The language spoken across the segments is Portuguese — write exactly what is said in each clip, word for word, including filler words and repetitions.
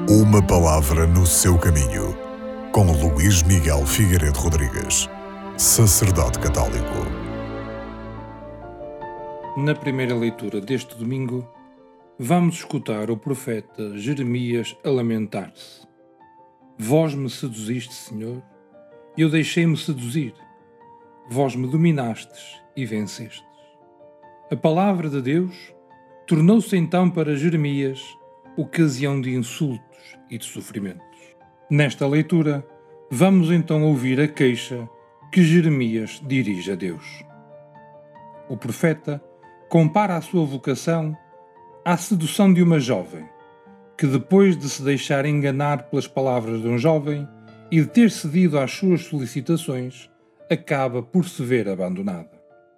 Uma palavra no seu caminho, com Luís Miguel Figueiredo Rodrigues, sacerdote católico. Na primeira leitura deste domingo, vamos escutar o profeta Jeremias a lamentar-se. Vós me seduziste, Senhor, e eu deixei-me seduzir. Vós me dominastes e vencestes. A palavra de Deus tornou-se então para Jeremias ocasião de insultos e de sofrimentos. Nesta leitura, vamos então ouvir a queixa que Jeremias dirige a Deus. O profeta compara a sua vocação à sedução de uma jovem, que depois de se deixar enganar pelas palavras de um jovem e de ter cedido às suas solicitações, acaba por se ver abandonada.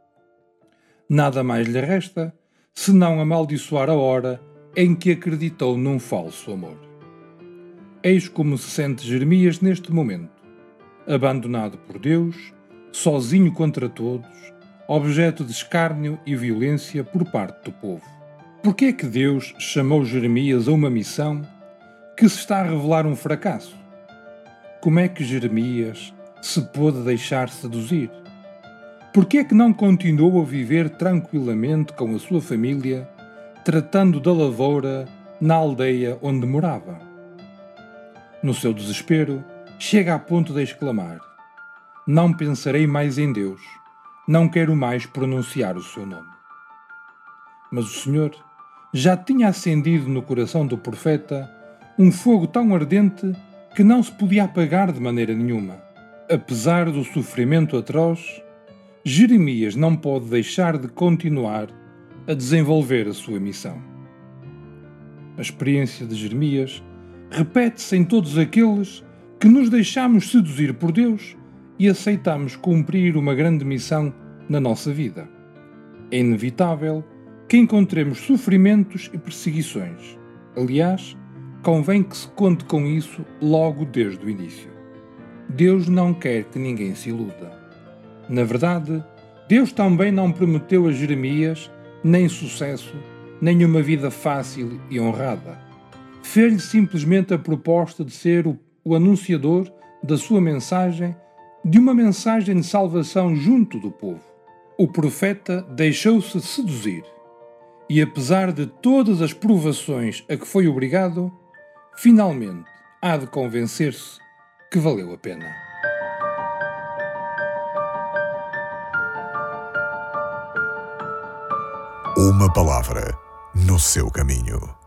Nada mais lhe resta senão amaldiçoar a hora em que acreditou num falso amor. Eis como se sente Jeremias neste momento, abandonado por Deus, sozinho contra todos, objeto de escárnio e violência por parte do povo. Por que é que Deus chamou Jeremias a uma missão que se está a revelar um fracasso? Como é que Jeremias se pôde deixar seduzir? Por que é que não continuou a viver tranquilamente com a sua família, tratando da lavoura na aldeia onde morava? No seu desespero, chega a ponto de exclamar: não pensarei mais em Deus, não quero mais pronunciar o seu nome. Mas o Senhor já tinha acendido no coração do profeta um fogo tão ardente que não se podia apagar de maneira nenhuma. Apesar do sofrimento atroz, Jeremias não pode deixar de continuar a desenvolver a sua missão. A experiência de Jeremias repete-se em todos aqueles que nos deixamos seduzir por Deus e aceitamos cumprir uma grande missão na nossa vida. É inevitável que encontremos sofrimentos e perseguições. Aliás, convém que se conte com isso logo desde o início. Deus não quer que ninguém se iluda. Na verdade, Deus também não prometeu a Jeremias nem sucesso, nem uma vida fácil e honrada. Fez-lhe simplesmente a proposta de ser o, o anunciador da sua mensagem, de uma mensagem de salvação junto do povo. O profeta deixou-se seduzir e, apesar de todas as provações a que foi obrigado, finalmente há de convencer-se que valeu a pena. Uma palavra no seu caminho.